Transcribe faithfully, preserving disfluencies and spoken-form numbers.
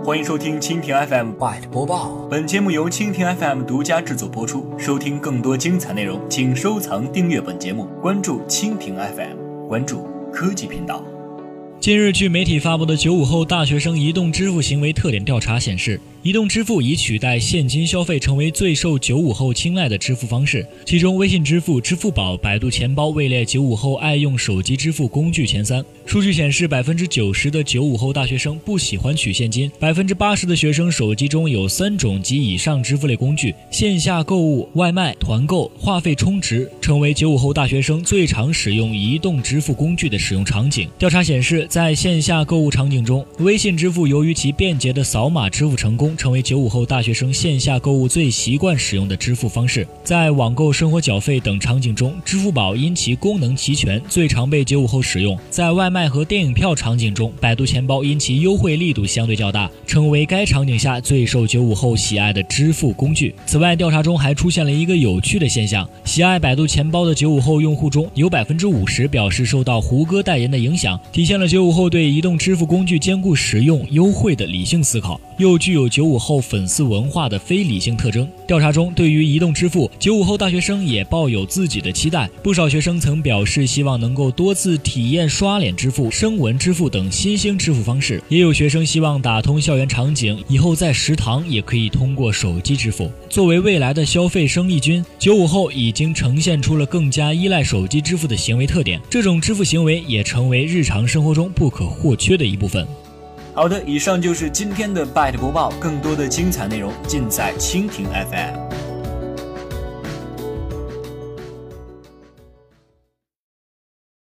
欢迎收听蜻蜓 F M Byte 播报。 本节目由蜻蜓 F M 独家制作播出。收听更多精彩内容，请收藏订阅本节目，关注蜻蜓 F M， 关注科技频道。 近日，据媒体发布的九五后大学生移动支付行为特点调查显示，移动支付已取代现金消费成为最受九五后青睐的支付方式，其中微信支付、支付宝、百度钱包位列九五后爱用手机支付工具前三。数据显示，百分之九十的九五后大学生不喜欢取现金，百分之八十的学生手机中有三种及以上支付类工具，线下购物、外卖、团购、话费充值成为九五后大学生最常使用移动支付工具的使用场景。调查显示，在线下购物场景中，微信支付由于其便捷的扫码支付成功，成为九五后大学生线下购物最习惯使用的支付方式。在网购、生活缴费等场景中，支付宝因其功能齐全，最常被九五后使用。在外卖和电影票场景中，百度钱包因其优惠力度相对较大，成为该场景下最受九五后喜爱的支付工具。此外，调查中还出现了一个有趣的现象，喜爱百度钱包的九五后用户中有 百分之五十 表示受到胡歌代言的影响，体现了九五后对移动支付工具兼顾实用、优惠的理性思考，又具有九五后粉丝文化的非理性特征。调查中，对于移动支付，九五后大学生也抱有自己的期待，不少学生曾表示希望能够多次体验刷脸支付、声纹支付等新兴支付方式，也有学生希望打通校园场景，以后在食堂也可以通过手机支付。作为未来的消费生力军，九五后已经呈现出了更加依赖手机支付的行为特点，这种支付行为也成为日常生活中不可或缺的一部分。 好的，以上就是今天的 Byte 播报，更多的精彩内容尽在蜻蜓 F M。